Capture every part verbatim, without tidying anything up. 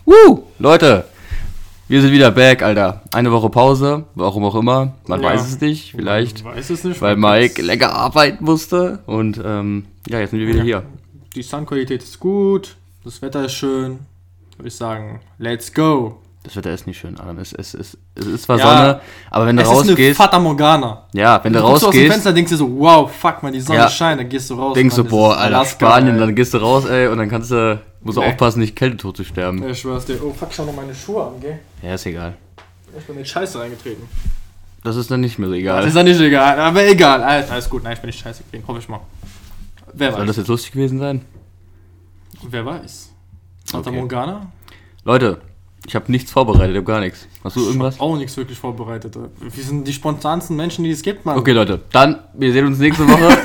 Woo! Leute, wir sind wieder back, Alter. Eine Woche Pause, warum auch immer. Man ja. weiß es nicht, vielleicht. Man weiß es nicht. Weil Mike länger arbeiten musste. Und ähm, ja, jetzt sind wir wieder ja. hier. Die Soundqualität ist gut, das Wetter ist schön. Würde ich sagen, let's go. Das Wetter ist nicht schön, Adam. Es, es, es, es ist zwar ja, Sonne, aber wenn du es rausgehst... Es ist eine Fata Morgana. Ja, wenn du, du rausgehst... Du aus dem Fenster denkst du so, wow, fuck man, die Sonne ja, scheint, dann gehst du raus. Denkst du, Mann, boah, Alter, Alaska, Spanien, ey. Dann gehst du raus, ey, und dann kannst du... Musst du nee. aufpassen, nicht kältetot zu sterben. Ja, ich schwör's dir. Oh, fuck, schau noch meine Schuhe an, gell? Ja, ist egal. Ich bin mit Scheiße reingetreten. Das ist dann nicht mehr so egal. Das ist dann nicht egal, aber egal. Alles, alles gut, nein, ich bin nicht scheiße gekriegt, hoffe ich mal. Wer weiß. Soll das jetzt lustig gewesen sein? Wer weiß. Fata Okay. Morgana? Leute, ich habe nichts vorbereitet, ich habe gar nichts. Hast du irgendwas? Ich hab auch nichts wirklich vorbereitet. Wir sind die spontansten Menschen, die es gibt, Mann. Okay, Leute, dann, wir sehen uns nächste Woche.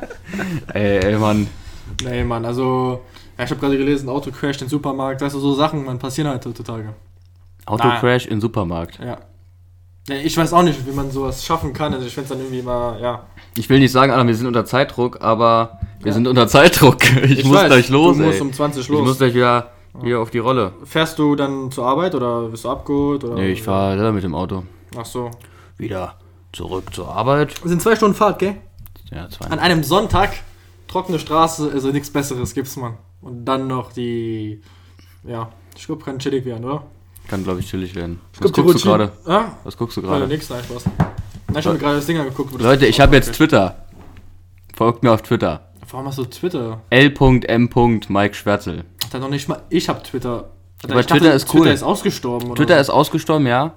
ey, ey, Mann. Nee, Mann, also, ja, ich habe gerade gelesen, Auto crasht in den Supermarkt, weißt du, so Sachen, man, passieren halt heutzutage. Autocrash im Supermarkt. Ja. ja. Ich weiß auch nicht, wie man sowas schaffen kann, also ich finde es dann irgendwie mal, ja. Ich will nicht sagen, Alter, wir sind unter Zeitdruck, aber wir ja. sind unter Zeitdruck. Ich, ich muss weiß, gleich los, du ey. musst um zwanzig los. Ich muss gleich wieder hier auf die Rolle. Fährst du dann zur Arbeit oder wirst du abgeholt? Oder nee, ich fahre selber mit dem Auto. Ach so. Wieder zurück zur Arbeit. Das sind zwei Stunden Fahrt, gell? Ja, zwei. An einem Sonntag, trockene Straße, also nichts Besseres gibt's, Mann. Und dann noch die, ja, ich glaube, kann chillig werden, oder? Kann, glaube ich, chillig werden. Ich Was glaub, guckst du gerade? Ah? Was guckst du gerade? Ja, nix, nein, Spaß. Nein, ich habe mir gerade das Ding angeguckt. Wo Leute, ich habe jetzt Twitter. Folgt mir auf Twitter. Warum hast du Twitter? L M. Mike Schwärzel. Ach, dann noch nicht mal, ich habe Twitter. Alter, aber Twitter dachte, ist cool. Twitter ist ausgestorben, oder? Twitter so. ist ausgestorben, ja.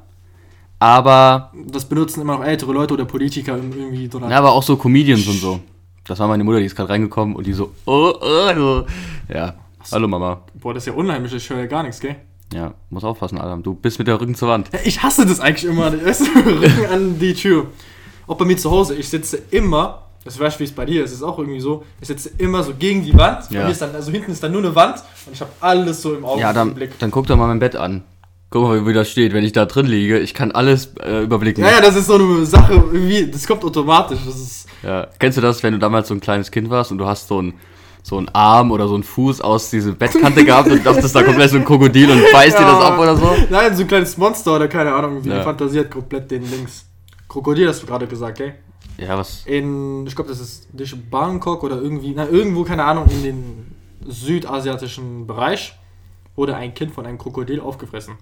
Aber... Das benutzen immer noch ältere Leute oder Politiker irgendwie. Oder ja, aber auch so Comedians und so. Das war meine Mutter, die ist gerade reingekommen und die so... Oh, oh, oh. Ja, so. Hallo Mama. Boah, das ist ja unheimlich, ich höre ja gar nichts, gell? Ja, muss aufpassen, Adam. Du bist mit der Rücken zur Wand. Ja, ich hasse das eigentlich immer, weißt du, Rücken an die Tür. Auch bei mir zu Hause, ich sitze immer... Das weißt du, wie es bei dir ist, ist auch irgendwie so, ich sitze immer so gegen die Wand, ja. Bei mir ist dann, also hinten ist dann nur eine Wand und ich habe alles so im Auge. Ja, dann, dann guck doch mal mein Bett an. Guck mal, wie das steht, wenn ich da drin liege, ich kann alles äh, überblicken. Ja, ja, das ist so eine Sache, irgendwie, das kommt automatisch. Das ist ja. Kennst du das, wenn du damals so ein kleines Kind warst und du hast so einen so einen Arm oder so einen Fuß aus dieser Bettkante gehabt und dachtest, da kommt gleich so ein Krokodil und beißt ja. dir das ab oder so? Nein, so ein kleines Monster oder keine Ahnung, wie ja. die fantasiert komplett den Links. Krokodil hast du gerade gesagt, gell? Ja, was? In, ich glaube, das ist nicht Bangkok oder irgendwie, na, irgendwo, keine Ahnung, in den südasiatischen Bereich wurde ein Kind von einem Krokodil aufgefressen.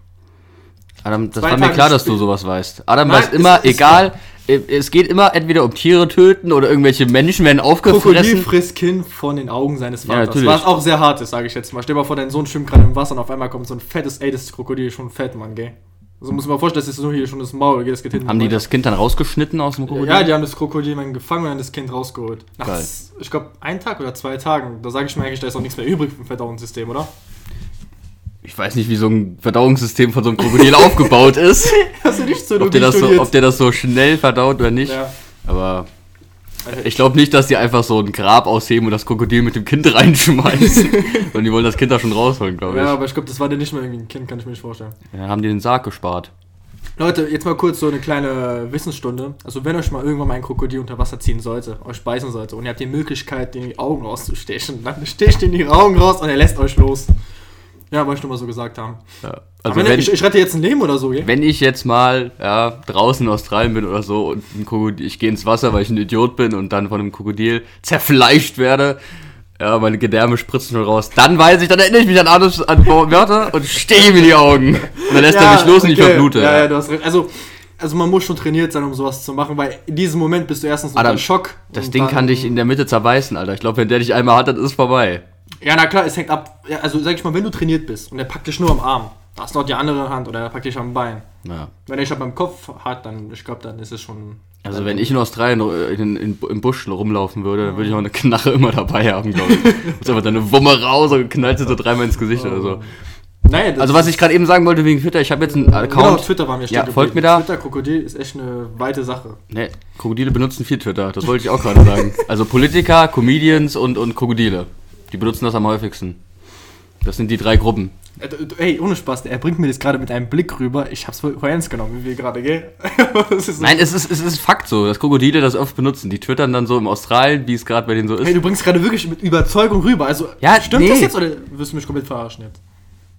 Adam, das Zwei war mir Tage klar, dass spät. du sowas weißt. Adam Nein, weiß immer, ist, ist egal, so. Es geht immer entweder um Tiere töten oder irgendwelche Menschen werden aufgefressen. Krokodil frisst Kind von den Augen seines Vaters. Ja, was auch sehr hart ist, sage ich jetzt mal. Stell dir mal vor, dein Sohn schwimmt gerade im Wasser und auf einmal kommt so ein fettes, ey, das Krokodil ist schon fett, Mann, gell? Also muss man mal vorstellen, das ist nur hier schon das Maul, das geht hinten. Haben die das Kind dann rausgeschnitten aus dem Krokodil? Ja, die haben das Krokodil dann gefangen und dann das Kind rausgeholt. Nach, Geil. Ich glaube, einen Tag oder zwei Tagen. Da sage ich mir eigentlich, da ist auch nichts mehr übrig vom Verdauungssystem, oder? Ich weiß nicht, wie so ein Verdauungssystem von so einem Krokodil aufgebaut ist. Hast du nicht so ob, der das so ob der das so schnell verdaut oder nicht. Ja. Aber ich glaube nicht, dass die einfach so ein Grab ausheben und das Krokodil mit dem Kind reinschmeißen. Und die wollen das Kind da schon rausholen, glaube ich. Ja, aber ich glaube, das war denn nicht mehr irgendwie ein Kind, kann ich mir nicht vorstellen. Ja, haben die den Sarg gespart. Leute, jetzt mal kurz so eine kleine Wissensstunde. Also wenn euch mal irgendwann mal ein Krokodil unter Wasser ziehen sollte, euch beißen sollte und ihr habt die Möglichkeit, in die Augen rauszustechen, dann stecht in die Augen raus und er lässt euch los. Ja, wollte ich nur mal so gesagt haben. Ja, also wenn, wenn, ich, ich rette jetzt ein Leben oder so, gell? Wenn ich jetzt mal ja, draußen in Australien bin oder so und ein Krokodil, ich gehe ins Wasser, weil ich ein Idiot bin und dann von einem Krokodil zerfleischt werde, ja, meine Gedärme spritzen schon raus, dann weiß ich, dann erinnere ich mich an Arnos an Wörter und stehe ihm in die Augen. Und dann lässt ja, er mich los und okay. ich verblute. Ja, ja, du hast recht. Also, also man muss schon trainiert sein, um sowas zu machen, weil in diesem Moment bist du erstens unter Schock. Das Ding kann dich in der Mitte zerbeißen, Alter. Ich glaube, wenn der dich einmal hat, dann ist es vorbei. Ja, na klar, es hängt ab. Ja, also sag ich mal, wenn du trainiert bist und der packt dich nur am Arm, da hast du noch die andere Hand oder der packt dich am Bein. Ja. Wenn er dich halt beim Kopf hat, dann, ich glaube, dann ist es schon... Also wenn ich in Australien in, in, im Busch rumlaufen würde, dann würde ich auch eine Knarre immer dabei haben, glaube ich. Ist einfach deine Wumme raus und knallt sie so dreimal ins Gesicht oh. oder so. Nein, das also was ich gerade eben sagen wollte wegen Twitter, ich habe jetzt einen Account. Genau, Twitter war mir Ja, folgt mir da. Twitter, Krokodil ist echt eine weite Sache. Ne, Krokodile benutzen viel Twitter, das wollte ich auch gerade sagen. Also Politiker, Comedians und, und Krokodile. Die benutzen das am häufigsten. Das sind die drei Gruppen. Ey, ohne Spaß, er bringt mir das gerade mit einem Blick rüber. Ich hab's voll ernst genommen, wie wir gerade, gell? Ist Nein, es ist, es ist Fakt so, dass Krokodile das oft benutzen. Die twittern dann so im Australien, wie es gerade bei denen so ist. Hey, du bringst gerade wirklich mit Überzeugung rüber. Also, ja, stimmt nee. das jetzt oder wirst du mich komplett verarschen jetzt?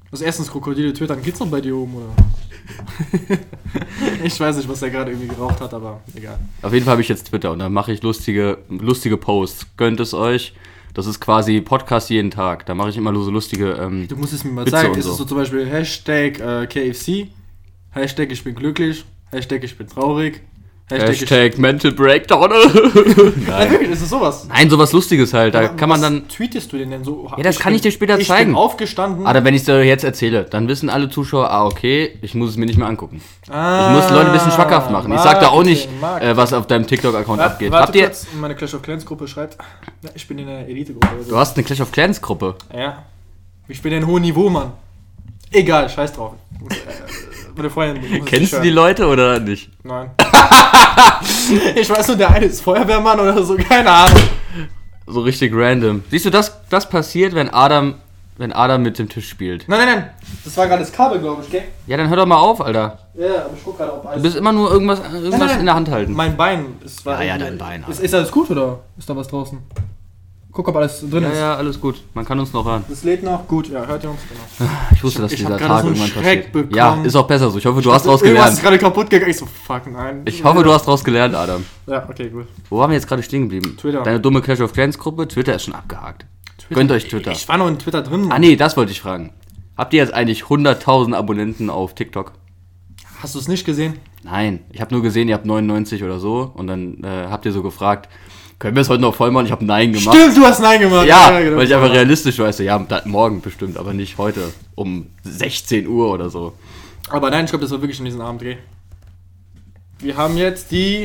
Also erstens Krokodile twittern, geht's noch bei dir oben, oder? Ich weiß nicht, was er gerade irgendwie geraucht hat, aber egal. Auf jeden Fall habe ich jetzt Twitter und da mache ich lustige, lustige Posts. Gönnt es euch. Das ist quasi Podcast jeden Tag. Da mache ich immer so lustige ähm, Du musst es mir mal Witze zeigen. und Ist so. es so zum Beispiel Hashtag äh, K F C, Hashtag ich bin glücklich, Hashtag ich bin traurig, Hashtag Mental Breakdown. Nein. Ja, wirklich, ist es sowas? Nein, sowas Lustiges halt. Da Aber kann man was dann... tweetest du denn denn so? Ja, das kann ich dir später ich zeigen. Ich bin aufgestanden. Aber wenn ich es dir jetzt erzähle, dann wissen alle Zuschauer, ah, okay, ich muss es mir nicht mehr angucken. Ah, ich muss die Leute ein bisschen schmackhaft machen. Ich sag da auch nicht, Marketing, äh, was auf deinem TikTok-Account Warte, abgeht. warte Habt ihr... kurz, meine Clash of Clans Gruppe schreibt, ja, ich bin in der Elite-Gruppe. Also. Du hast eine Clash of Clans Gruppe. Ja. Ich bin ein hohes Niveau, Mann. Egal, scheiß drauf. Meine Freundin. Kennst du die Leute oder nicht? Nein. Ich weiß nur, der eine ist Feuerwehrmann oder so, keine Ahnung. So richtig random. Siehst du, das, das passiert, wenn Adam, wenn Adam mit dem Tisch spielt. Nein, nein, nein. Das war gerade das Kabel, glaube ich, gell? Ja, dann hör doch mal auf, Alter. Ja, aber ich guck gerade auf Eis. Du bist immer nur irgendwas, irgendwas Nein, nein, in der Hand halten. Mein Bein ist. Ja, ja, dein Bein, Ist, ist alles gut oder ist da was draußen? Guck, ob alles drin Ja, ist. ja, alles gut. Man kann uns noch hören. Das lädt noch. Gut, ja, hört ihr uns? Genau. Ich wusste, dass Ich dieser hab gerade Tag so einen irgendwann Schreck passiert. bekommen. Ja, ist auch besser so. Ich hoffe, du Ich hast dachte, draus irgendwas gelernt. ist gerade kaputt gegangen. Ich so, fuck, nein. Ich hoffe, du hast draus gelernt, Adam. Ja, okay, gut. Wo waren wir jetzt gerade stehen geblieben? Twitter. Deine dumme Clash of Clans Gruppe? Twitter ist schon abgehakt. Gönnt euch Twitter. Ich war noch in Twitter drin, Mann. Ah nee, das wollte ich fragen. Habt ihr jetzt eigentlich hunderttausend Abonnenten auf TikTok? Hast du es nicht gesehen? Nein, ich habe nur gesehen, ihr habt neunundneunzig oder so und dann äh, habt ihr so gefragt, können wir es heute noch voll machen? Ich habe Nein gemacht. Stimmt, du hast Nein gemacht. Ja, genau. weil ich einfach realistisch weiß, ja, da, morgen bestimmt, aber nicht heute um sechzehn Uhr oder so. Aber nein, ich glaube, das war wirklich in diesem Abend, okay? Wir haben jetzt die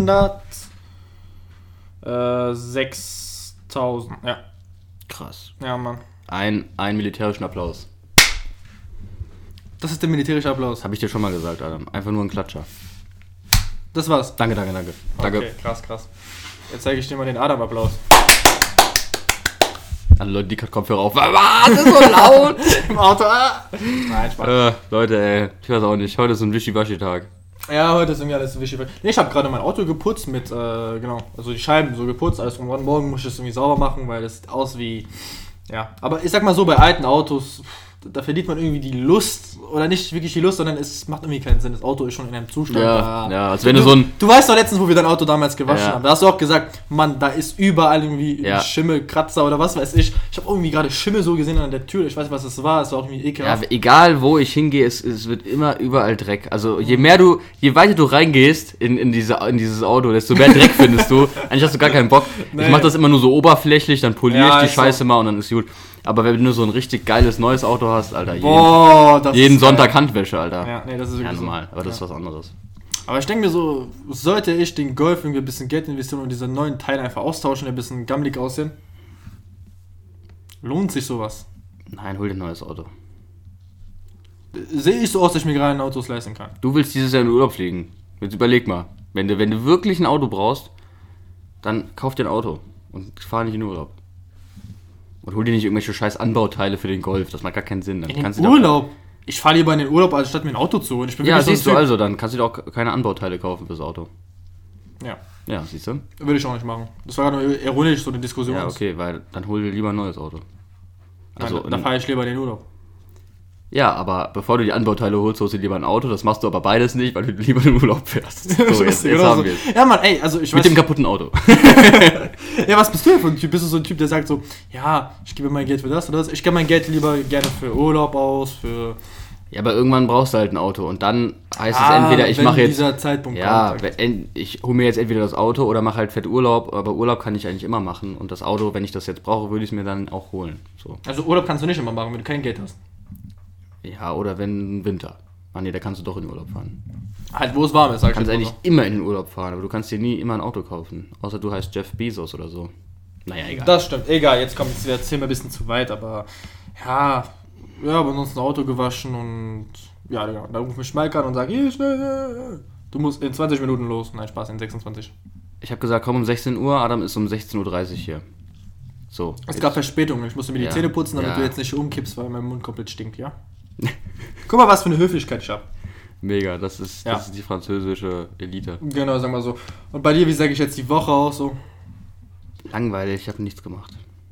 hundertsechstausend. Ja. Krass. Ja, Mann. Ein, ein militärischen Applaus. Das ist der militärische Applaus. Habe ich dir schon mal gesagt, Adam. Einfach nur ein Klatscher. Das war's. Danke, danke, danke. Danke. Okay, krass, krass. Jetzt zeige ich dir mal den Adam-Applaus. Alle Leute, die gerade Kopfhörer auf. Was? Das ist so laut. Im Auto. Ah. Nein, Spaß. äh, Leute, ey. Ich weiß auch nicht. Heute ist so ein Wischiwaschi-Tag. Ja, heute ist irgendwie alles wichtig. Nee, ich habe gerade mein Auto geputzt mit, äh, genau, also die Scheiben so geputzt, alles drum dran. Morgen muss ich das irgendwie sauber machen, weil das sieht aus wie, ja. Aber ich sag mal so, bei alten Autos, da verliert man irgendwie die Lust, oder nicht wirklich die Lust, sondern es macht irgendwie keinen Sinn. Das Auto ist schon in einem Zustand. Ja, da, ja, als wenn du so ein... Du weißt doch letztens, wo wir dein Auto damals gewaschen Ja. haben. Da hast du auch gesagt, Mann, da ist überall irgendwie Ja. Schimmel, Kratzer oder was weiß ich. Ich habe irgendwie gerade Schimmel so gesehen an der Tür. Ich weiß nicht, was das war. Es war auch irgendwie Ja, ekelhaft. egal wo ich hingehe, es, es wird immer überall Dreck. Also je mehr du, je weiter du reingehst in, in, diese, in dieses Auto, desto mehr Dreck findest du. Eigentlich hast du gar keinen Bock. Nee. Ich mach das immer nur so oberflächlich, dann poliere Ja, ich die ist so. Scheiße mal und dann ist gut. Aber wenn du so ein richtig geiles neues Auto hast, Alter, jeden, Boah, das jeden ist Sonntag geil. Handwäsche, Alter. Ja, nee, das ist Ja, wirklich so. normal, aber das Ja. ist was anderes. Aber ich denke mir so, sollte ich den Golf irgendwie ein bisschen Geld investieren und diese neuen Teile einfach austauschen, die ein bisschen gammelig aussehen? Lohnt sich sowas? Nein, hol dir ein neues Auto. Sehe ich so aus, dass ich mir gerade ein Auto leisten kann? Du willst dieses Jahr in den Urlaub fliegen. Jetzt überleg mal. Wenn du, wenn du wirklich ein Auto brauchst, dann kauf dir ein Auto und fahr nicht in den Urlaub. Und hol dir nicht irgendwelche scheiß Anbauteile für den Golf. Das macht gar keinen Sinn. Dann In kannst den du dir Urlaub? Ich fahre lieber in den Urlaub, als statt mir ein Auto zu holen. Ich bin Auch, ja, wirklich siehst so du ein also, dann kannst du dir auch keine Anbauteile kaufen fürs Auto. Typ. Ja, Ja, siehst du? würde ich auch nicht machen. Das war gerade nur ironisch, so eine Diskussion. Ja, okay, weil dann hol dir lieber ein neues Auto. Also, Nein, da fahre ich lieber in den Urlaub. ja, aber bevor du die Anbauteile holst, holst du dir lieber ein Auto. Das machst du aber beides nicht, weil du lieber in den Urlaub fährst. So, jetzt, jetzt Genau haben so. wir es. Ja, Mann, ey, also ich Mit weiß dem kaputten Auto. Ja, was bist du denn für ein Typ? Bist du so ein Typ, der sagt so, ja, ich gebe mein Geld für das oder das? Ich gebe mein Geld lieber gerne für Urlaub aus, für... Ja, aber irgendwann brauchst du halt ein Auto. Und dann heißt Ah, es entweder, ich wenn mache jetzt... dieser Zeitpunkt Ja, kommt. wenn- en- ich hole mir jetzt entweder das Auto oder mache halt fett Urlaub. Aber Urlaub kann ich eigentlich immer machen. Und das Auto, wenn ich das jetzt brauche, würde ich es mir dann auch holen. So. Also Urlaub kannst du nicht immer machen, wenn du kein Geld hast. Ja, oder wenn Winter. Ah nee, da kannst du doch in den Urlaub fahren. Halt, wo es warm ist, sag Du ich kannst jetzt eigentlich mal immer in den Urlaub fahren, aber du kannst dir nie immer ein Auto kaufen. Außer du heißt Jeff Bezos oder so. Naja, so. egal. Das stimmt, egal, jetzt kommt es jetzt Thema ein bisschen zu weit, aber ja, ja, aber sonst ein Auto gewaschen und ja, genau. Da ruft mich Schmalk an und sagt, hier, schnell, du musst in zwanzig Minuten los. Nein, Spaß, in sechsundzwanzig. Ich habe gesagt, komm um sechzehn Uhr, Adam ist um sechzehn Uhr dreißig hier. So. Es gab Verspätungen, ich musste mir die Ja, Zähne putzen, damit ja. du jetzt nicht umkippst, weil mein Mund komplett stinkt, ja? Guck mal, was für eine Höflichkeit ich habe. Mega, das ist, Ja. das ist die französische Elite. Genau, sag mal so. Und bei dir, wie sage ich jetzt die Woche auch so? Langweilig, ich habe nichts gemacht.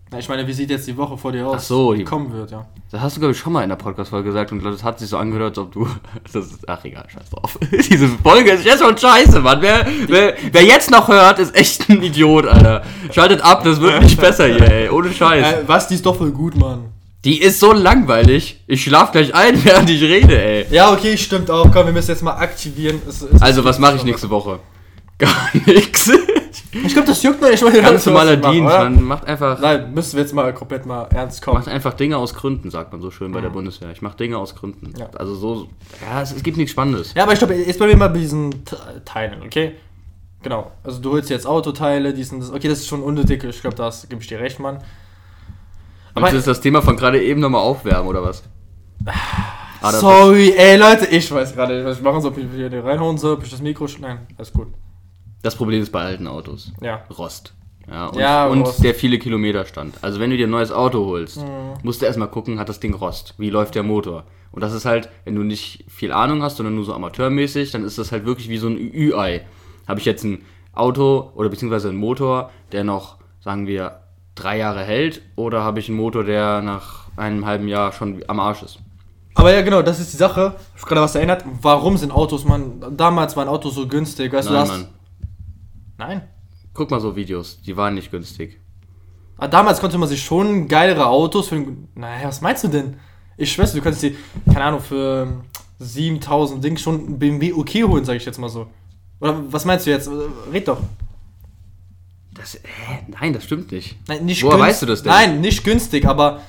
Na, ich meine, wie sieht jetzt die Woche vor dir aus? Ach so, die kommen wird, ja. Das hast du, glaube ich, schon mal in der Podcast-Folge gesagt und das hat sich so angehört, als ob du... Das ist, ach egal, scheiß drauf. Diese Folge ist jetzt schon scheiße, Mann. Wer, wer, wer jetzt noch hört, ist echt ein Idiot, Alter. Schaltet ab, das wird nicht besser hier, ey. Ohne Scheiß. Äh, was, die ist doch voll gut, Mann. Die ist so langweilig. Ich schlaf gleich ein, während ich rede, ey. Ja, okay, stimmt auch. Komm, wir müssen jetzt mal aktivieren. Es, es also, was mache ich nächste Woche? Gar nichts. Ich glaube, das juckt noch nicht. Ich Ganz normaler Dienst, man macht einfach... Nein, müssen wir jetzt mal komplett mal ernst kommen. Macht einfach Dinge aus Gründen, sagt man so schön bei mhm. der Bundeswehr. Ich mache Dinge aus Gründen. Ja. Also so... Ja, es, es gibt nichts Spannendes. Ja, aber ich glaube, jetzt bleiben wir mal bei diesen Teilen, okay? Genau. Also du holst jetzt Autoteile, diesen... Okay, das ist schon unnötig. Ich glaube, das gebe ich dir recht, Mann. Aber willst du das Thema von gerade eben nochmal aufwärmen, oder was? Ah, sorry, ey, Leute, ich weiß gerade nicht, was ich machen soll. Ob ich hier reinhauen soll, ob ich das Mikro... Nein, alles gut. Das Problem ist bei alten Autos. Ja. Rost. Ja, und, ja, und Rost. der viele Kilometerstand. Also wenn du dir ein neues Auto holst, mhm. musst du erstmal gucken, hat das Ding Rost? Wie läuft der Motor? Und das ist halt, wenn du nicht viel Ahnung hast, sondern nur so amateurmäßig, dann ist das halt wirklich wie so ein Ü-Ei. Habe ich jetzt ein Auto oder beziehungsweise einen Motor, der noch, sagen wir, drei Jahre hält, oder habe ich einen Motor, der nach einem halben Jahr schon am Arsch ist? Aber ja, genau, das ist die Sache. Ich habe gerade was erinnert. Warum sind Autos, man damals waren Autos so günstig? Weißt Nein, du das? Mann. Nein. Guck mal so Videos, die waren nicht günstig. Aber damals konnte man sich schon geilere Autos für... Naja, was meinst du denn? Ich schwör's, du könntest dir, keine Ahnung, für siebentausend Ding schon einen B M W okay holen, sag ich jetzt mal so. Oder was meinst du jetzt? Red doch. Das, hä? Nein, das stimmt nicht. Nein, nicht Woher günst- weißt du das denn? Nein, nicht günstig, aber...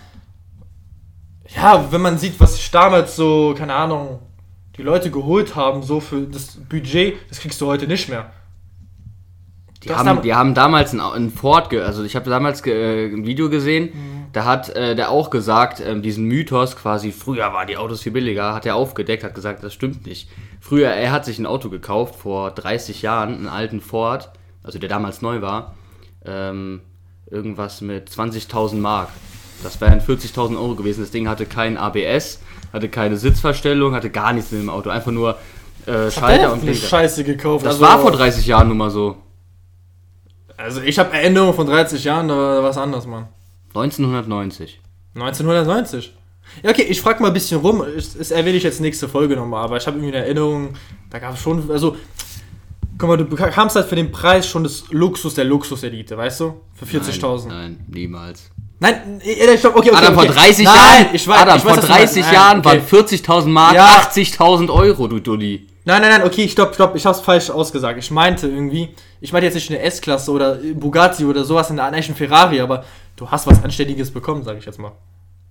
Ja, wenn man sieht, was sich damals so, keine Ahnung, die Leute geholt haben, so für das Budget, das kriegst du heute nicht mehr. Die haben, die haben damals einen, einen Ford, ge- also ich habe damals ge- äh, ein Video gesehen, mhm. da hat äh, der auch gesagt, ähm, diesen Mythos quasi, früher waren die Autos viel billiger, hat er aufgedeckt, hat gesagt, das stimmt nicht. Früher, er hat sich ein Auto gekauft, vor dreißig Jahren, einen alten Ford, also der damals neu war, ähm, irgendwas mit zwanzigtausend Mark. Das wären vierzigtausend Euro gewesen. Das Ding hatte kein A B S, hatte keine Sitzverstellung, hatte gar nichts in dem Auto. Einfach nur äh, Schalter und Blinker. Scheiße gekauft. Das also, war vor dreißig Jahren nun mal so. Also ich habe Erinnerungen von dreißig Jahren, da war was anderes, Mann. neunzehnhundertneunzig. neunzehnhundertneunzig? Ja, okay, ich frag mal ein bisschen rum. Das, das erwähne ich jetzt nächste Folge nochmal. Aber ich habe irgendwie eine Erinnerung, da gab es schon... Also, guck mal, du bekamst halt für den Preis schon das Luxus der Luxuselite, weißt du? Für vierzigtausend. Nein, nein, niemals. Nein, ich stopp, okay, okay. Adam, okay. vor dreißig Nein, Jahren, ich weiß, Adam, ich weiß, vor dreißig nein, Jahren okay. waren vierzigtausend Mark Ja. achtzigtausend Euro, du Dulli. Nein, nein, nein, okay, stopp, stopp, ich hab's falsch ausgesagt. Ich meinte irgendwie, ich meinte jetzt nicht eine S-Klasse oder Bugatti oder sowas in einer echten Ferrari, aber du hast was Anständiges bekommen, sag ich jetzt mal.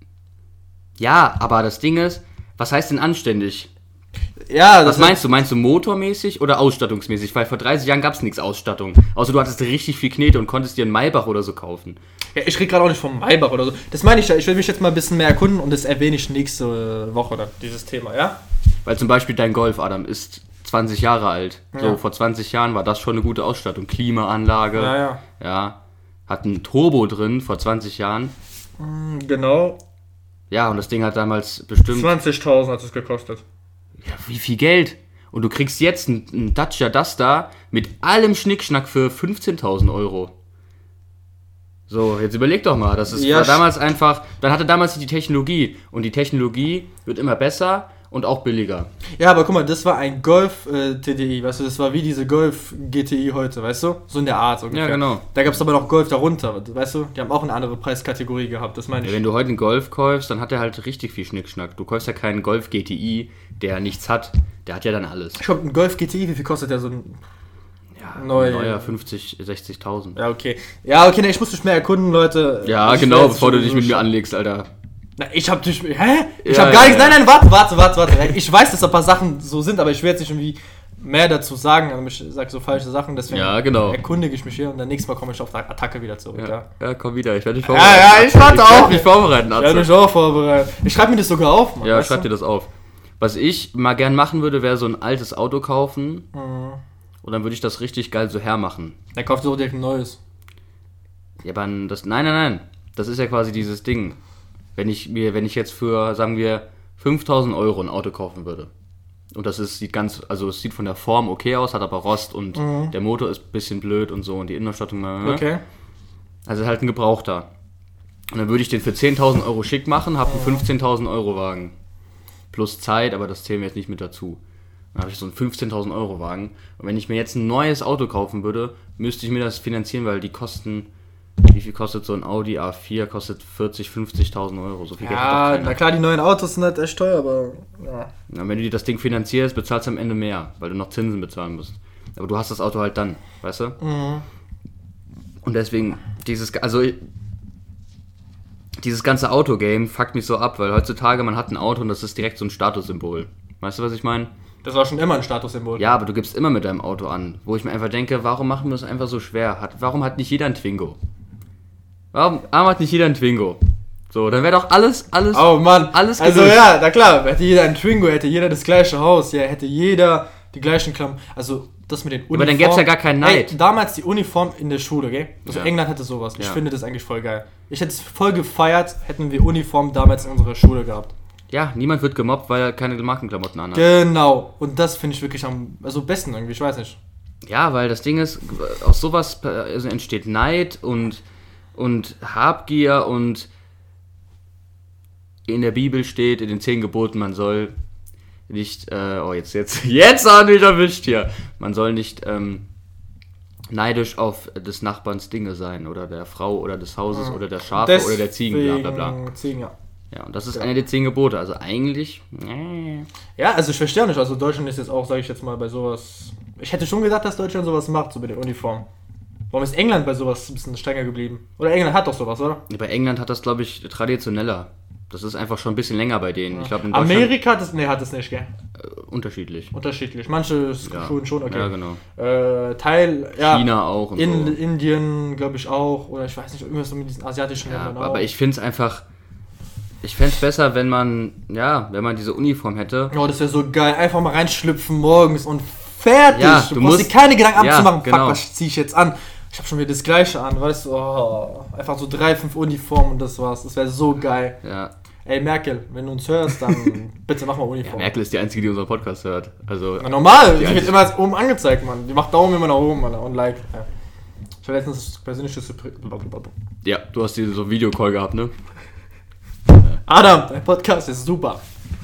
Ja, aber das Ding ist, was heißt denn anständig? Ja, Was das meinst du? Meinst du motormäßig oder ausstattungsmäßig? Weil vor dreißig Jahren gab es nichts Ausstattung. Außer du hattest richtig viel Knete und konntest dir einen Maybach oder so kaufen. Ja, ich rede gerade auch nicht vom Maybach oder so. Das meine ich ja, ich will mich jetzt mal ein bisschen mehr erkunden und das erwähne ich nächste Woche dann, dieses Thema, ja? Weil zum Beispiel dein Golf, Adam, ist zwanzig Jahre alt. Ja. So, vor zwanzig Jahren war das schon eine gute Ausstattung. Klimaanlage. Ja, ja. Ja. Hat ein Turbo drin vor zwanzig Jahren. Genau. Ja, und das Ding hat damals bestimmt... zwanzigtausend hat es gekostet. Ja, wie viel Geld? Und du kriegst jetzt einen, einen Dacia Duster mit allem Schnickschnack für fünfzehntausend Euro. So, jetzt überleg doch mal. Das ist Ja, war damals einfach... Dann hatte damals die Technologie. Und die Technologie wird immer besser und auch billiger. Ja, aber guck mal, das war ein Golf äh, T D I, weißt du, das war wie diese Golf G T I heute, weißt du? So in der Art ungefähr. Ja, genau. Da gab es aber noch Golf darunter, weißt du? Die haben auch eine andere Preiskategorie gehabt, das meine ich. Ja, wenn du heute einen Golf kaufst, dann hat der halt richtig viel Schnickschnack. Du kaufst ja keinen Golf G T I, der nichts hat. Der hat ja dann alles. Ich glaube, ein Golf G T I, wie viel kostet der so ein... Ja, Neu. neuer fünfzig, sechzigtausend. Ja, okay. Ja, okay, ne, ich muss mich mehr erkunden, Leute. Ja, Ich genau, weiß, bevor du ich- dich mit mir anlegst, Alter. Na, ich hab dich... Hä? Ich Ja, hab gar ja, nichts... ja. Nein, nein, warte, warte, warte, warte. Ich weiß, dass ein paar Sachen so sind, aber ich will jetzt nicht irgendwie mehr dazu sagen. Also ich sag so falsche Sachen, deswegen Ja, genau. erkundige ich mich hier und dann nächstes Mal komme ich auf die Attacke wieder zurück, ja? Ja, ja, komm wieder, ich werde dich Ja, vorbereiten. ja, ich warte Ich werde auch. dich vorbereiten, Ja, Atze. du bist auch vorbereitet. Ich schreibe mir das sogar auf, Mann. Ja, weißt schreib du? dir das auf. Was ich mal gern machen würde, wäre so ein altes Auto kaufen. Mhm. Und dann würde ich das richtig geil so hermachen. Dann kauft ihr auch direkt ein neues. Ja, aber das, nein, nein, nein. Das ist ja quasi dieses Ding. Wenn ich mir, wenn ich jetzt für, sagen wir, fünftausend Euro ein Auto kaufen würde. Und das ist, sieht ganz, also es sieht von der Form okay aus, hat aber Rost und der Motor ist ein bisschen blöd und so und die Innenausstattung. Okay. Also halt ein Gebrauchter. Und dann würde ich den für zehntausend Euro schick machen, habe einen fünfzehntausend Euro Wagen. Plus Zeit, aber das zählen wir jetzt nicht mit dazu. Dann habe ich so einen fünfzehntausend Euro Wagen. Und wenn ich mir jetzt ein neues Auto kaufen würde, müsste ich mir das finanzieren, weil die kosten... Wie viel kostet so ein Audi A vier? Kostet vierzig, fünfzigtausend Euro. So viel Geld hat doch Ja, keiner. na klar, die neuen Autos sind halt echt teuer, aber ja. Ja, wenn du dir das Ding finanzierst, bezahlst du am Ende mehr, weil du noch Zinsen bezahlen musst. Aber du hast das Auto halt dann, weißt du? Mhm. Und deswegen, dieses, also dieses ganze Autogame fuckt mich so ab, weil heutzutage man hat ein Auto und das ist direkt so ein Statussymbol. Weißt du, was ich meine? Das war schon immer ein Statussymbol. Ja, aber du gibst immer mit deinem Auto an, wo ich mir einfach denke, warum machen wir es einfach so schwer? Hat, warum hat nicht jeder ein Twingo? Warum, warum hat nicht jeder ein Twingo? So, dann wäre doch alles, alles, Oh Mann, alles also gelöst. ja, na klar, hätte jeder ein Twingo, hätte jeder das gleiche Haus, ja, hätte jeder die gleichen Klamotten, also das mit den Uniformen. Aber dann gäbe es ja gar keinen Neid. Ey, damals die Uniform in der Schule, gell? Also Ja. England hatte sowas, ich Ja. finde das eigentlich voll geil. Ich hätte es voll gefeiert, hätten wir Uniform damals in unserer Schule gehabt. Ja, niemand wird gemobbt, weil er keine Markenklamotten anhat. Genau, und das finde ich wirklich am also besten irgendwie, ich weiß nicht. Ja, weil das Ding ist, aus sowas also entsteht Neid und, und Habgier und in der Bibel steht, in den zehn Geboten, man soll nicht, äh, oh jetzt, jetzt, jetzt haben wir mich erwischt hier. Man soll nicht ähm, neidisch auf des Nachbarns Dinge sein oder der Frau oder des Hauses Ja. oder der Schafe oder der Ziegen, bla bla bla. Deswegen Ziegen, ja. Ja, und das ist Ja. eine der zehn Gebote, also eigentlich, äh, Ja, also ich verstehe nicht, also Deutschland ist jetzt auch, sage ich jetzt mal, bei sowas... Ich hätte schon gedacht, dass Deutschland sowas macht, so mit den Uniformen. Warum ist England bei sowas ein bisschen strenger geblieben? Oder England hat doch sowas, oder? bei England hat das, glaube ich, traditioneller. Das ist einfach schon ein bisschen länger bei denen. Ich glaube, in Deutschland Amerika hat es, nee, hat es nicht, gell? äh, unterschiedlich. Unterschiedlich. Manche Ja. Schulen schon, okay. Ja, genau. Äh, Teil, ja. China auch und in, so. Indien, glaube ich, auch. Oder ich weiß nicht, irgendwas so mit diesen asiatischen Ja, Ländern auch. aber ich finde es einfach, ich fände es besser, wenn man, ja, wenn man diese Uniform hätte. Oh, das wäre so geil. Einfach mal reinschlüpfen morgens und fertig. Ja, du, du brauchst dir musst- keine Gedanken Ja, abzumachen. genau. Fuck, was zieh ich jetzt an? Ich habe schon wieder das Gleiche an, weißt du? Oh, einfach so drei, fünf Uniformen und das war's. Das wäre so geil. Ja. Ey, Merkel, wenn du uns hörst, dann bitte mach mal ja, Uniform. Merkel ist die Einzige, die unseren Podcast hört. Also, Na, normal, die Ja, wird die- immer oben angezeigt, Mann. Die macht Daumen immer nach oben, Mann, und Like. Ja. Ich habe letztens das persönliche Supri- ja, du hast diese so einen Videocall gehabt, ne? Adam, dein Podcast ist super.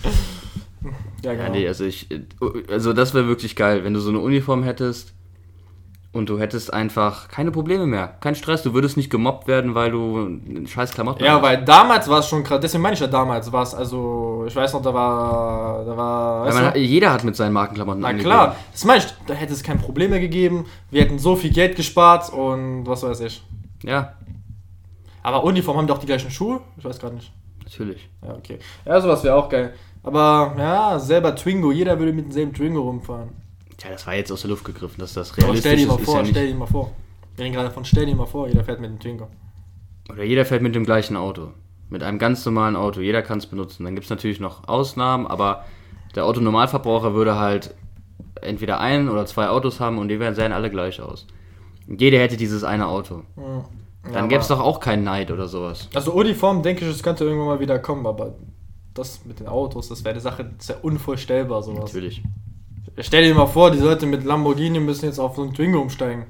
Ja, Ja, genau. nee, also ich, also das wäre wirklich geil, wenn du so eine Uniform hättest und du hättest einfach keine Probleme mehr, kein Stress, du würdest nicht gemobbt werden, weil du einen scheiß Klamotten Ja, hast. weil damals war es schon krass, deswegen meine ich ja damals war es, also, ich weiß noch, da war, da war, Weil weißt man, du? hat- jeder hat mit seinen Markenklamotten Na angegeben. klar, das meine ich, da hätte es kein Problem mehr gegeben, wir hätten so viel Geld gespart und was weiß ich. Ja, Aber Uniform haben doch die gleichen Schuhe? Ich weiß gerade nicht. natürlich. Ja, okay. Ja, sowas wäre auch geil. Aber, ja, selber Twingo, jeder würde mit demselben Twingo rumfahren. Tja, das war jetzt aus der Luft gegriffen, dass das Aber realistisch stell dir ist, mal ist vor, ja nicht. stell dir mal vor. Wir reden gerade von, stell dir mal vor, jeder fährt mit dem Twingo. Oder jeder fährt mit dem gleichen Auto. Mit einem ganz normalen Auto. Jeder kann es benutzen. Dann gibt es natürlich noch Ausnahmen, aber der Autonormalverbraucher würde halt entweder ein oder zwei Autos haben und die werden sehen alle gleich aus. Und jeder hätte dieses eine Auto. Mhm. Dann gäbe es doch auch keinen Neid oder sowas. Also Uniform, denke ich, es könnte irgendwann mal wieder kommen, aber das mit den Autos, das wäre eine Sache, das wäre unvorstellbar, sowas. Natürlich. Stell dir mal vor, die Leute mit Lamborghini müssen jetzt auf so einen Twingo umsteigen.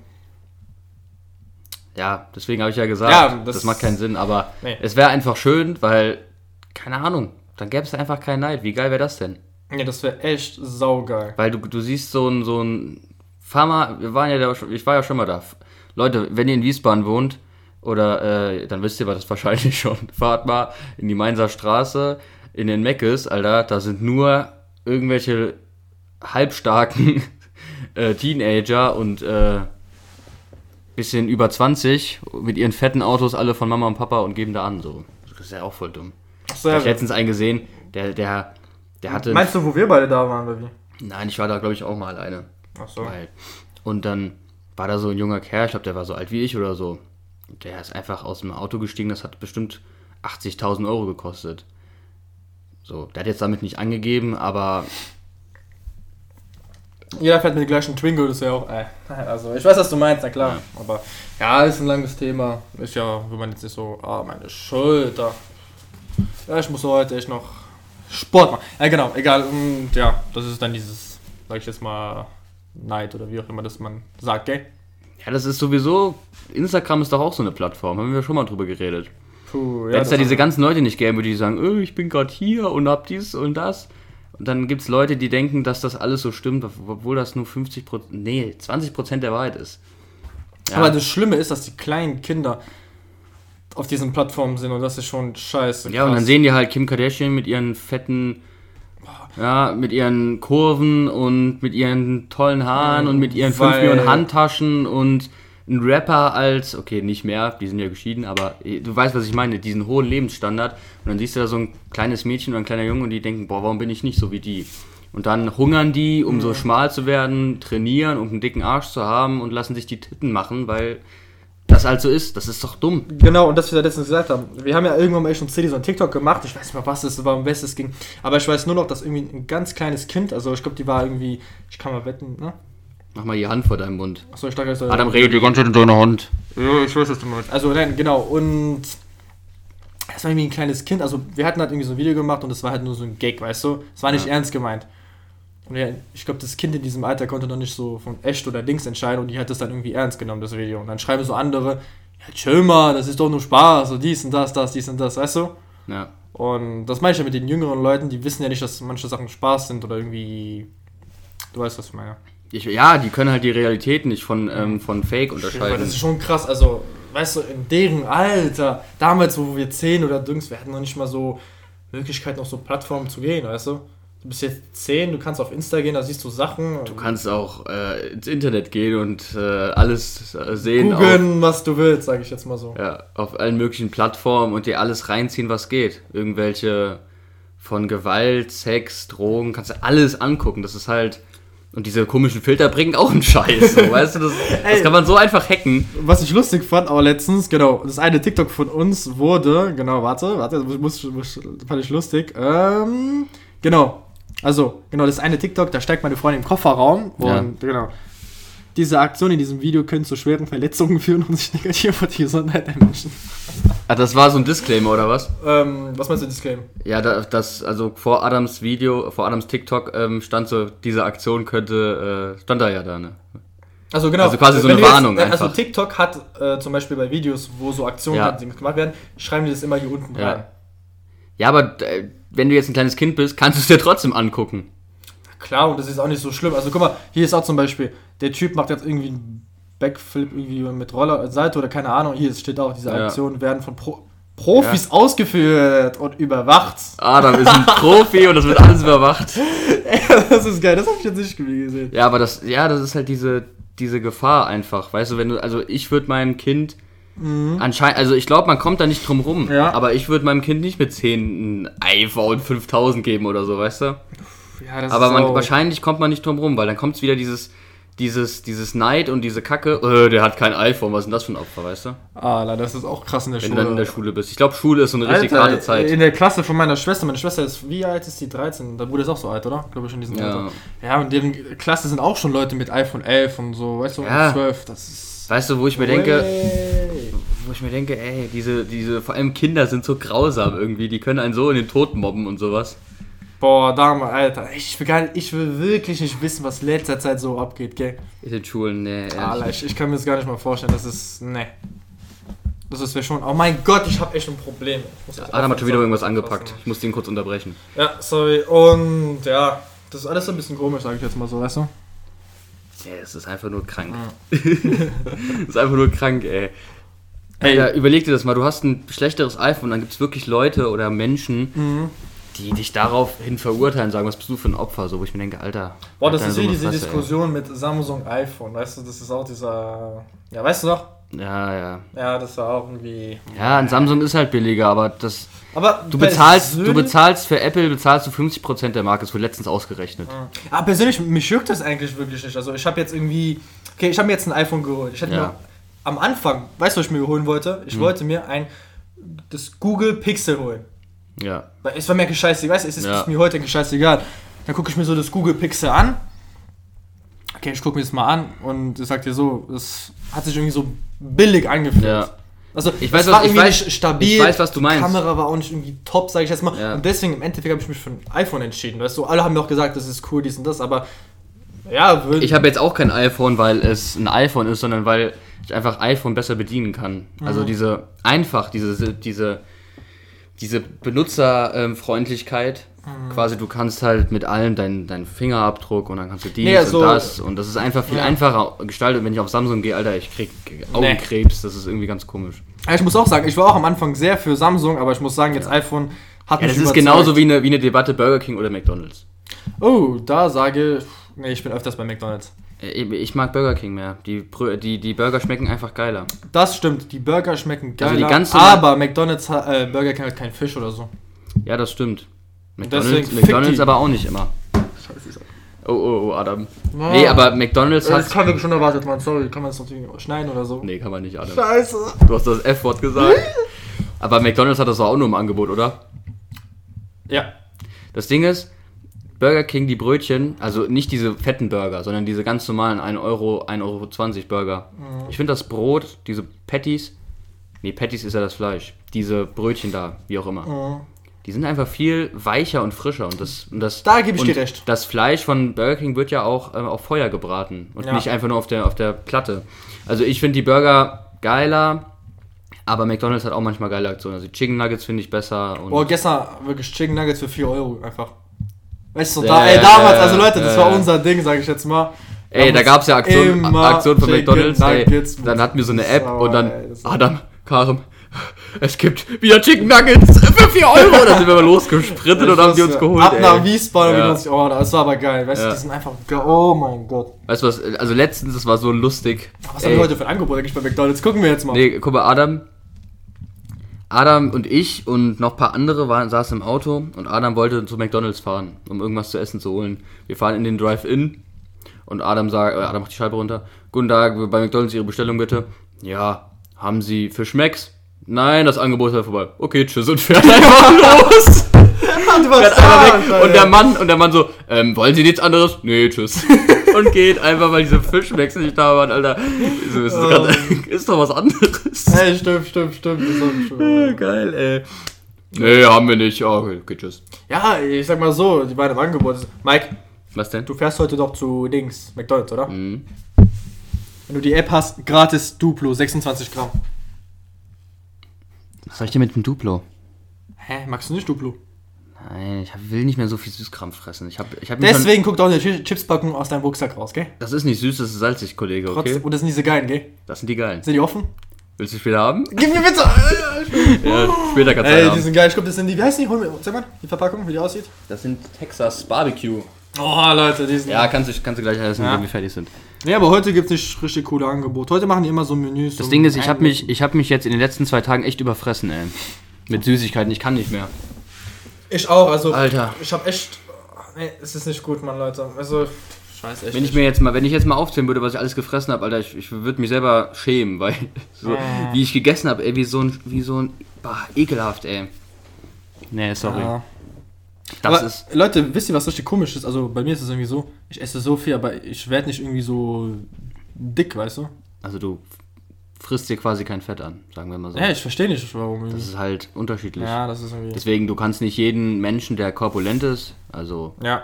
Ja, deswegen habe ich ja gesagt, Ja, das- das, macht keinen Sinn, aber Nee. es wäre einfach schön, weil, keine Ahnung, dann gäbe es einfach keinen Neid. Wie geil wäre das denn? Ja, das wäre echt saugeil. Weil du, du siehst so ein, so ein, fahr mal, wir waren ja da, schon- ich war ja schon mal da. Leute, wenn ihr in Wiesbaden wohnt, oder, äh, dann wisst ihr das wahrscheinlich schon, fahrt mal in die Mainzer Straße, in den Meckes, Alter, da sind nur irgendwelche halbstarken äh, Teenager und, äh, bisschen über zwanzig mit ihren fetten Autos alle von Mama und Papa und geben da an, so. Das ist ja auch voll dumm. Achso, Ich ja, hab letztens einen gesehen, der, der, der hatte... meinst du, wo wir beide da waren, oder wie? Nein, ich war da, glaube ich, auch mal alleine. Achso. Weil- Und dann war da so ein junger Kerl, ich glaube, der war so alt wie ich oder so. Und der ist einfach aus dem Auto gestiegen, das hat bestimmt achtzigtausend Euro gekostet. So, der hat jetzt damit nicht angegeben, aber Jeder fährt mit dem gleichen Twingo, das ist ja auch, äh, also ich weiß, was du meinst, na klar. Ja. Aber ja, ist ein langes Thema. Ist ja, wenn man jetzt nicht so, ah, meine Schulter. Ja, ich muss heute echt noch Sport machen. Ja, genau, egal. Und ja, das ist dann dieses, sag ich jetzt mal, Neid oder wie auch immer das man sagt, gell? ja, das ist sowieso, Instagram ist doch auch so eine Plattform, haben wir schon mal drüber geredet. Puh, ja. Wenn es da diese ganzen Leute nicht gäbe, die sagen, oh, ich bin gerade hier und hab dies und das. Und dann gibt es Leute, die denken, dass das alles so stimmt, obwohl das nur fünfzig Prozent, nee, zwanzig Prozent der Wahrheit ist. Ja. Aber das Schlimme ist, dass die kleinen Kinder auf diesen Plattformen sind und das ist schon scheiße. Ja, krass. Und dann sehen die halt Kim Kardashian mit ihren fetten, ja, mit ihren Kurven und mit ihren tollen Haaren mhm, und mit ihren fünf Millionen Handtaschen und ein Rapper als, okay, nicht mehr, die sind ja geschieden, aber du weißt, was ich meine, diesen hohen Lebensstandard. Und dann siehst du da so ein kleines Mädchen oder ein kleiner Junge und die denken, boah, warum bin ich nicht so wie die? Und dann hungern die, um mhm. so schmal zu werden, trainieren, um einen dicken Arsch zu haben und lassen sich die Titten machen, weil das halt so ist. Das ist doch dumm. Genau, und das, was wir letztens gesagt haben. Wir haben ja irgendwann mal schon C D so ein TikTok gemacht. Ich weiß nicht mal, was das war, um was es ging. Aber ich weiß nur noch, dass irgendwie ein ganz kleines Kind, also ich glaube, die war irgendwie, ich kann mal wetten, ne? Mach mal die Hand vor deinem Mund. Achso, ich dachte, das Adam redet die ganze Zeit in deiner Hand. Ja, ich weiß, was du meinst. Also, nein, genau. Und das war irgendwie ein kleines Kind. Also, wir hatten halt irgendwie so ein Video gemacht und das war halt nur so ein Gag, weißt du? Es war nicht ja. ernst gemeint. Und ja, ich glaube, das Kind in diesem Alter konnte noch nicht so von echt oder links entscheiden und die hat das dann irgendwie ernst genommen, das Video. Und dann schreiben so andere, ja, chill mal, das ist doch nur Spaß, so dies und das, das, dies und das, weißt du? Ja. Und das meine ich ja mit den jüngeren Leuten, die wissen ja nicht, dass manche Sachen Spaß sind oder irgendwie, du weißt, was ich meine. Ich, ja, die können halt die Realität nicht von, ähm, von Fake unterscheiden. Aber das ist schon krass, also, weißt du, in deren Alter, damals, wo wir zehn oder Düngs, wir hatten noch nicht mal so Möglichkeiten, auf so Plattformen zu gehen, weißt du? Du bist jetzt zehn, du kannst auf Insta gehen, da siehst du Sachen. Du kannst auch äh, ins Internet gehen und äh, alles äh, sehen. Googeln, was du willst, sage ich jetzt mal so. Ja, auf allen möglichen Plattformen und dir alles reinziehen, was geht. Irgendwelche von Gewalt, Sex, Drogen, kannst du alles angucken. Das ist halt... Und diese komischen Filter bringen auch einen Scheiß. So, weißt du, das, das kann man so einfach hacken. Was ich lustig fand, aber letztens, genau, das eine TikTok von uns wurde, genau, warte, warte, muss, muss, fand ich lustig. Ähm, genau. Also, genau, das eine TikTok, da steigt meine Freundin im Kofferraum und ja. genau. Diese Aktion in diesem Video könnte zu schweren Verletzungen führen und sich negativ auf die Gesundheit der Menschen. Ah, das war so ein Disclaimer, oder was? Ähm, was meinst du Disclaimer? Ja, da, das, also vor Adams Video, vor Adams TikTok ähm, stand so, diese Aktion könnte, äh, stand da ja da, ne? Also genau. Also quasi so eine Warnung jetzt, einfach. Also TikTok hat äh, zum Beispiel bei Videos, wo so Aktionen ja. halt gemacht werden, schreiben die das immer hier unten ja. rein. Ja, aber äh, wenn du jetzt ein kleines Kind bist, kannst du es dir trotzdem angucken. Klar, und das ist auch nicht so schlimm. Also guck mal, hier ist auch zum Beispiel, der Typ macht jetzt irgendwie einen Backflip irgendwie mit Roller, Seite oder keine Ahnung. Hier steht auch, diese Aktionen ja. werden von Pro- Profis ja. ausgeführt und überwacht. Adam ist ein Profi und das wird alles überwacht. Ja, das ist geil, das habe ich jetzt nicht gesehen. Ja, aber das, ja, das ist halt diese, diese Gefahr einfach. Weißt du, wenn du, also ich würde meinem Kind mhm. anscheinend, also ich glaube, man kommt da nicht drum rum, ja. aber ich würde meinem Kind nicht mit zehn ein iPhone fünftausend geben oder so, weißt du? Ja, das aber ist man, wahrscheinlich kommt man nicht drum rum, weil dann kommt es wieder dieses, dieses, dieses Neid und diese Kacke, äh, der hat kein iPhone, was ist denn das für ein Opfer, weißt du? Ah, das ist auch krass in der Wenn Schule. Wenn du dann in der Schule bist. Ich glaube, Schule ist so eine richtig harte Zeit. In der Klasse von meiner Schwester, meine Schwester ist, wie alt ist die? dreizehn? Da wurde es auch so alt, oder? Glaube ich in diesem ja. Alter. Ja, und deren Klasse sind auch schon Leute mit iPhone elf und so, weißt du, ja. zwölf, das ist... Weißt du, wo ich mir hey. denke... Wo ich mir denke, ey, diese, diese, vor allem Kinder sind so grausam irgendwie, die können einen so in den Tod mobben und sowas. Boah, Dame, Alter, ich will, gar nicht, ich will wirklich nicht wissen, was letzter Zeit so abgeht, gell? In den Schulen, ne. Alter, ich, ich kann mir das gar nicht mal vorstellen, das ist, ne. Das ist ja schon, oh mein Gott, ich hab echt ein Problem. Ja, Adam hat schon wieder irgendwas angepackt, ich muss den kurz unterbrechen. Ja, sorry, und ja, das ist alles ein bisschen komisch, sage ich jetzt mal so, weißt du? Ja, es ist einfach nur krank. Es ist einfach nur krank, ey. Ey, ja, überleg dir das mal, du hast ein schlechteres iPhone, dann gibt es wirklich Leute oder Menschen, mhm. die dich daraufhin verurteilen, sagen, was bist du für ein Opfer, so, wo ich mir denke, Alter. Boah, das ist wie diese Fresse, Diskussion ey. mit Samsung iPhone, weißt du, das ist auch dieser, ja, weißt du doch? Ja, ja. Ja, das war auch irgendwie... Ja, ein Samsung ist halt billiger, aber das... Aber du bezahlst, du bezahlst für Apple, bezahlst du fünfzig Prozent der Marke, das wurde letztens ausgerechnet. Ja. Aber persönlich, mich juckt das eigentlich wirklich nicht, also ich habe jetzt irgendwie, okay, ich habe mir jetzt ein iPhone geholt, ich hätte ja. mir am Anfang, weißt du, was ich mir holen wollte? Ich hm. wollte mir ein, das Google Pixel holen. Ja. Weil es war mir scheißegal, weißt du, es ist ja. mir heute scheißegal. Dann gucke ich mir so das Google Pixel an. Okay, ich gucke mir das mal an und ich sag dir so, das hat sich irgendwie so billig angefühlt. Ja. Also, ich weiß, das war was, irgendwie ich weiß, nicht stabil, ich weiß, was du meinst. Die Kamera war auch nicht irgendwie top, sag ich jetzt mal. Ja. Und deswegen, im Endeffekt, habe ich mich für ein iPhone entschieden. Weißt du, alle haben mir auch gesagt, das ist cool, dies und das, aber Ja, würde Ich habe jetzt auch kein iPhone, weil es ein iPhone ist, sondern weil ich einfach iPhone besser bedienen kann. Mhm. Also diese einfach, diese, diese, diese Benutzerfreundlichkeit. Mhm. Quasi, du kannst halt mit allem deinen dein Fingerabdruck und dann kannst du dies nee, also, und das. Und das ist einfach viel ja. einfacher gestaltet. Wenn ich auf Samsung gehe, Alter, ich krieg Augenkrebs. Nee. Das ist irgendwie ganz komisch. Ich muss auch sagen, ich war auch am Anfang sehr für Samsung, aber ich muss sagen, jetzt ja. iPhone hat ja, mich das ist genauso wie eine, wie eine Debatte Burger King oder McDonald's. Oh, da sage ich... Nee, ich bin öfters bei McDonald's. Ich mag Burger King mehr. Die, die, die Burger schmecken einfach geiler. Das stimmt, die Burger schmecken geiler, also die ganze aber McDonald's, äh, Burger King hat keinen Fisch oder so. Ja, das stimmt. McDonald's, McDonald's aber auch nicht immer. Scheiße. Oh, oh, oh, Adam. Ja. Nee, aber McDonald's hat... Das haben wir schon erwartet, Mann. Sorry, kann man das natürlich schneiden oder so? Nee, kann man nicht, Adam. Scheiße. Du hast das F-Wort gesagt. Aber McDonald's hat das auch nur im Angebot, oder? Ja. Das Ding ist, Burger King, die Brötchen, also nicht diese fetten Burger, sondern diese ganz normalen ein Euro, ein Euro zwanzig Burger. Mhm. Ich finde das Brot, diese Patties, nee, Patties ist ja das Fleisch, diese Brötchen da, wie auch immer, mhm. die sind einfach viel weicher und frischer. Und das, und das, da gebe ich und dir recht. Das Fleisch von Burger King wird ja auch ähm, auf Feuer gebraten und ja. nicht einfach nur auf der, auf der Platte. Also ich finde die Burger geiler, aber McDonald's hat auch manchmal geile Aktionen. Also die Chicken Nuggets finde ich besser. Und oh, gestern wirklich Chicken Nuggets für vier Euro einfach. Weißt du, da, ey, damals, also Leute, das war unser Ding, sag ich jetzt mal. Ey, da gab's ja Aktionen Aktion von McDonald's, ey, dann hatten wir so eine App und dann, Adam, Karim, es gibt wieder Chicken Nuggets für vier Euro. Da sind wir mal losgesprintet und haben die uns geholt, ab ey. Nach Wiesbaden, ja. uns, oh, das war aber geil, weißt du, ja. die sind einfach, oh mein Gott. Weißt du was, also letztens, das war so lustig. Was haben wir heute für ein Angebot eigentlich bei McDonald's? Gucken wir jetzt mal. Nee, guck mal, Adam... Adam und ich und noch ein paar andere waren, saßen im Auto und Adam wollte zu McDonald's fahren, um irgendwas zu essen zu holen. Wir fahren in den Drive-In und Adam sagt, äh, Adam macht die Scheibe runter. Guten Tag, bei McDonald's Ihre Bestellung bitte. Ja, haben Sie Fish Max? Nein, das Angebot ist halt vorbei. Okay, tschüss und fährt einfach los. fährt einfach weg. Und der Mann und der Mann so, ähm, wollen Sie nichts anderes? Nee, tschüss. Und geht einfach, weil diese Fish Max nicht da waren, Alter. So, ist, oh. grad, ist doch was anderes. Ey, stimmt, stimmt, stimmt. Das ist auch schön. Ja, geil, ey. Nee, haben wir nicht. Oh, okay, okay, tschüss. Ja, ich sag mal so, die beiden im Angebot. Mike. Was denn? Du fährst heute doch zu Dings, McDonald's, oder? Mhm. Wenn du die App hast, gratis Duplo, sechsundzwanzig Gramm. Was soll ich denn mit dem Duplo? Hä, magst du nicht Duplo? Nein, ich will nicht mehr so viel Süßkram fressen. Ich hab, ich hab Deswegen guckt auch eine Chipspackung aus deinem Rucksack raus, gell? Das ist nicht süß, das ist salzig, Kollege, okay? Trotzdem, und das sind diese geilen, gell? Das sind die geilen. Sind die offen? Willst du später haben? Gib mir bitte! Ja, später kannst du Ey, haben. die sind geil. Ich glaube, das sind die, wie heißen die? Hol mir, sag mal, die Verpackung, wie die aussieht. Das sind Texas Barbecue. Oh, Leute, die sind... Ja, kannst du, kannst du gleich essen, ja. wenn wir fertig sind. Nee, aber heute gibt es nicht richtig coole Angebote. Heute machen die immer so Menüs. Das Ding ist, ich habe mich, ich hab mich jetzt in den letzten zwei Tagen echt überfressen, ey. Mit Süßigkeiten, ich kann nicht mehr. Ich auch, also... Alter. Ich habe echt... Nee, es ist nicht gut, Mann, Leute. Also... Scheiße, echt wenn ich mir jetzt mal, wenn ich jetzt mal aufzählen würde, was ich alles gefressen habe, Alter, ich, ich würde mich selber schämen, weil so, äh. wie ich gegessen habe, ey, wie so ein, wie so ein, bah, ekelhaft, ey. Nee, sorry. Ja. Das aber, ist Leute, wisst ihr, was richtig komisch ist? Also bei mir ist es irgendwie so, ich esse so viel, aber ich werde nicht irgendwie so dick, weißt du? Also du frisst dir quasi kein Fett an, sagen wir mal so. Ja, ich verstehe nicht, warum. Irgendwie. Das ist halt unterschiedlich. Ja, das ist irgendwie... Deswegen, du kannst nicht jeden Menschen, der korpulent ist, also... Ja.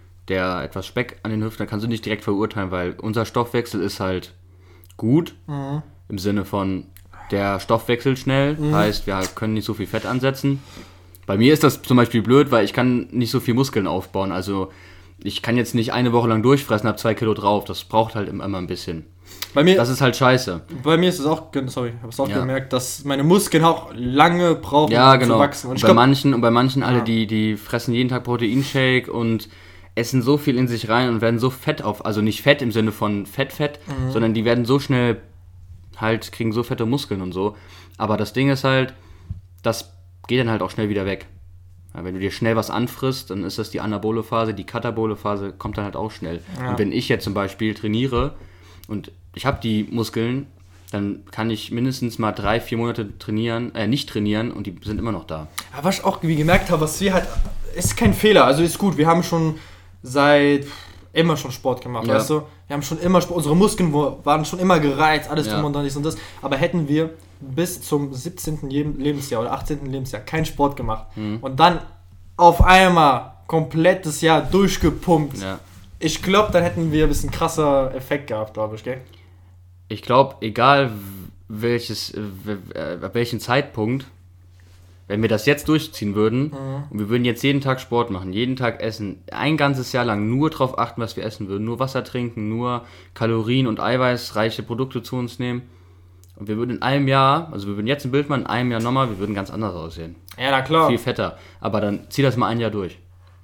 der etwas Speck an den Hüften, da kannst du nicht direkt verurteilen, weil unser Stoffwechsel ist halt gut, mhm. im Sinne von, der Stoffwechsel schnell, mhm. heißt, wir können nicht so viel Fett ansetzen. Bei mir ist das zum Beispiel blöd, weil ich kann nicht so viel Muskeln aufbauen, also ich kann jetzt nicht eine Woche lang durchfressen, hab zwei Kilo drauf, das braucht halt immer ein bisschen. Bei mir, das ist halt scheiße. Bei mir ist es auch, sorry, ich habe es auch ja. gemerkt, dass meine Muskeln auch lange brauchen, ja, um genau. zu wachsen. Und, und ich bei glaub, manchen, und bei manchen alle, ja. die, die fressen jeden Tag Proteinshake und essen so viel in sich rein und werden so fett auf, also nicht fett im Sinne von Fett, Fett, mhm. sondern die werden so schnell halt, kriegen so fette Muskeln und so. Aber das Ding ist halt, das geht dann halt auch schnell wieder weg. Ja, wenn du dir schnell was anfrisst, dann ist das die anabole Phase, die katabole Phase kommt dann halt auch schnell. Ja. Und wenn ich jetzt zum Beispiel trainiere und ich habe die Muskeln, dann kann ich mindestens mal drei, vier Monate trainieren, äh, nicht trainieren und die sind immer noch da. Aber was ich auch wie gemerkt habe, was wir halt, ist kein Fehler, also ist gut, wir haben schon seit immer schon Sport gemacht, ja. weißt du? Wir haben schon immer Sport, unsere Muskeln waren schon immer gereizt, alles ja. drum und dran, dies und das. Aber hätten wir bis zum siebzehnten Lebensjahr oder achtzehnten Lebensjahr keinen Sport gemacht mhm. und dann auf einmal komplettes Jahr durchgepumpt, ja. Ich glaube, dann hätten wir ein bisschen krasser Effekt gehabt, glaube ich, gell? Ich glaube, egal welches, äh, ab welchem Zeitpunkt, wenn wir das jetzt durchziehen würden, mhm. und wir würden jetzt jeden Tag Sport machen, jeden Tag essen, ein ganzes Jahr lang nur drauf achten, was wir essen würden, nur Wasser trinken, nur Kalorien- und eiweißreiche Produkte zu uns nehmen, und wir würden in einem Jahr, also wir würden jetzt ein Bild machen, in einem Jahr nochmal, wir würden ganz anders aussehen. Ja, na klar. Viel fetter. Aber dann zieh das mal ein Jahr durch.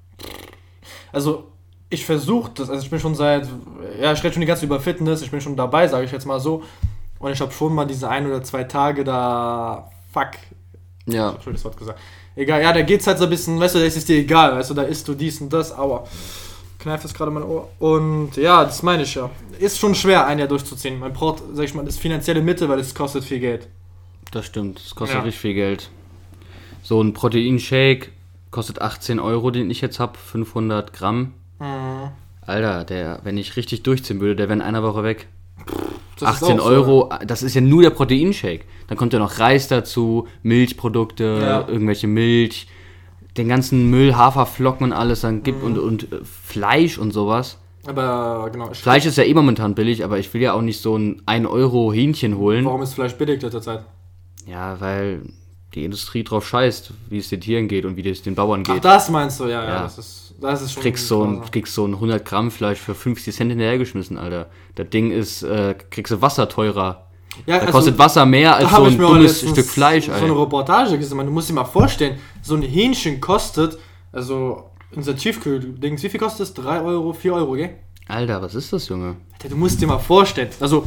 Also, ich versuche das, also ich bin schon seit, ja, ich rede schon die ganze Zeit über Fitness, ich bin schon dabei, sage ich jetzt mal so. Und ich habe schon mal diese ein oder zwei Tage da, fuck, ja. ich habe schon das Wort gesagt. Egal, ja, da geht's halt so ein bisschen, weißt du, da ist es dir egal, weißt du, da isst du dies und das, aua. Kneift das gerade mein Ohr. Und ja, das meine ich ja. Ist schon schwer, ein Jahr durchzuziehen. Man braucht, sag ich mal, das finanzielle Mittel, weil es kostet viel Geld. Das stimmt, es kostet Ja. richtig viel Geld. So ein Proteinshake kostet achtzehn Euro, den ich jetzt habe, fünfhundert Gramm. Mhm. Alter, der, wenn ich richtig durchziehen würde, der wäre in einer Woche weg. Das achtzehn Euro, so. Das ist ja nur der Proteinshake. Dann kommt ja noch Reis dazu, Milchprodukte, ja. irgendwelche Milch, den ganzen Müll, Haferflocken und alles, dann gibt mhm. und, und äh, Fleisch und sowas. Aber genau. Fleisch ist ja eh momentan billig, aber ich will ja auch nicht so ein ein Euro Hähnchen holen. Warum ist Fleisch billig derzeit? Ja, weil die Industrie drauf scheißt, wie es den Tieren geht und wie es den Bauern geht. Ach, das meinst du, ja, ja, ja. das ist, das ist schon... Kriegst so, ein, kriegst so ein hundert Gramm Fleisch für fünfzig Cent hinterhergeschmissen, Alter. Das Ding ist, äh, kriegst du Wasser teurer. Ja, da also, kostet Wasser mehr als so ein dummes Stück Fleisch, Alter. So eine Reportage gesehen, du musst dir mal vorstellen, so ein Hähnchen kostet, also unser Tiefkühl-Ding, wie viel kostet es? drei Euro, vier Euro, gell? Alter, was ist das, Junge? Alter, du musst dir mal vorstellen, also,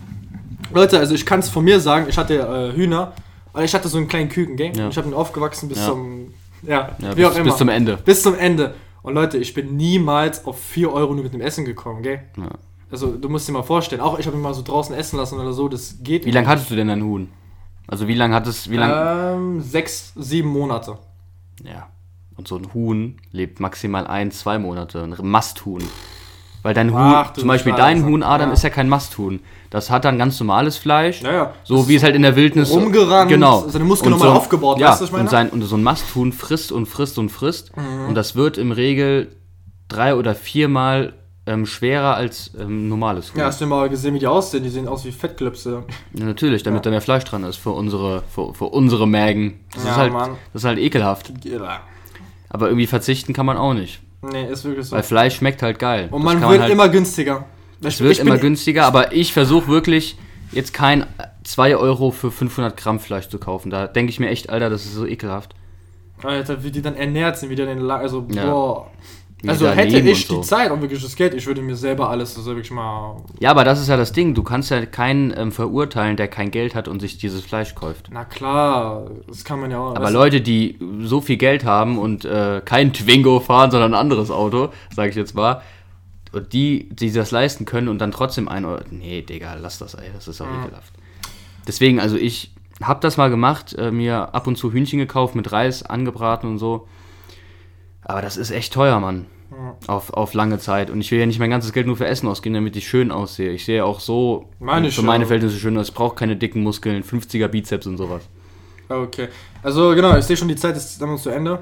Leute, also ich kann es von mir sagen, ich hatte äh, Hühner, ich hatte so einen kleinen Küken, gell? Ja. Und ich habe ihn aufgewachsen bis ja. zum, ja, ja wie bis, auch immer. Bis zum Ende. Bis zum Ende. Und Leute, ich bin niemals auf vier Euro nur mit dem Essen gekommen, gell? Ja. Also du musst dir mal vorstellen, auch ich habe ihn mal so draußen essen lassen oder so, das geht nicht. Wie lange hattest du denn dein Huhn? Also wie lange hattest, wie lange? Ähm, sechs, sieben Monate. Ja. Und so ein Huhn lebt maximal ein, zwei Monate. Ein Masthuhn. Weil dein Ach, Huhn, zum Beispiel dein Huhn, Adam, ja. ist ja kein Masthuhn. Das hat dann ganz normales Fleisch, naja, so wie es halt in der Wildnis... Rumgerannt, genau. seine Muskeln nochmal so, aufgebaut, ja, weißt du, was ich meine? Und, sein, und so ein Masthuhn frisst und frisst und frisst. Mhm. Und das wird im Regel drei- oder viermal ähm, schwerer als ähm, normales Huhn. Ja, hast du mal gesehen, wie die aussehen? Die sehen aus wie Fettklöpse. Ja, natürlich, damit ja. da mehr Fleisch dran ist für unsere, für, für unsere Mägen. Das, ja, ist halt, Mann. das ist halt ekelhaft. Ja. Aber irgendwie verzichten kann man auch nicht. Nee, ist wirklich so. Weil Fleisch schmeckt halt geil. Und man wird halt, immer günstiger. Es wird immer günstiger, aber ich versuche wirklich jetzt kein zwei Euro für fünfhundert Gramm Fleisch zu kaufen. Da denke ich mir echt, Alter, das ist so ekelhaft. Alter, wie die dann ernährt sind, wie die dann in La- also, ja. boah. Also hätte ich so. die Zeit und wirklich das Geld, ich würde mir selber alles, also wirklich mal... Ja, aber das ist ja das Ding, du kannst ja keinen ähm, verurteilen, der kein Geld hat und sich dieses Fleisch kauft. Na klar, das kann man ja auch... Aber Leute, die so viel Geld haben und äh, kein Twingo fahren, sondern ein anderes Auto, sage ich jetzt mal, und die, die das leisten können und dann trotzdem ein Euro... Nee, Digga, lass das, ey, das ist auch mhm. ekelhaft. Deswegen, also ich habe das mal gemacht, äh, mir ab und zu Hühnchen gekauft, mit Reis angebraten und so. Aber das ist echt teuer, Mann. Ja. Auf, auf lange Zeit. Und ich will ja nicht mein ganzes Geld nur für Essen ausgeben, damit ich schön aussehe. Ich sehe auch so meine für meine Verhältnisse schön aus. Ich brauche keine dicken Muskeln, fünfziger Bizeps und sowas. Okay. Also genau, ich sehe schon, die Zeit ist dann zu Ende.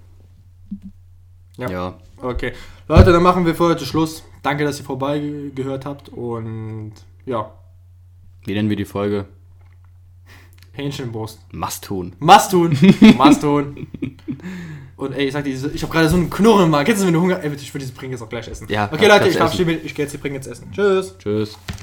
Ja. ja. Okay. Leute, dann machen wir für heute Schluss. Danke, dass ihr vorbei gehört habt. Und ja. Wie nennen wir die Folge? Hähnchenbrust. Masthuhn. Masthuhn. Masthuhn. Und ey, ich sag dir, ich habe gerade so einen Knurren mal. Kennst du, wenn du Hunger... Ey, ich würde diese Pringles auch gleich essen. Ja. Okay, Leute, ich, ich gehe jetzt die Pringles essen. Tschüss. Tschüss.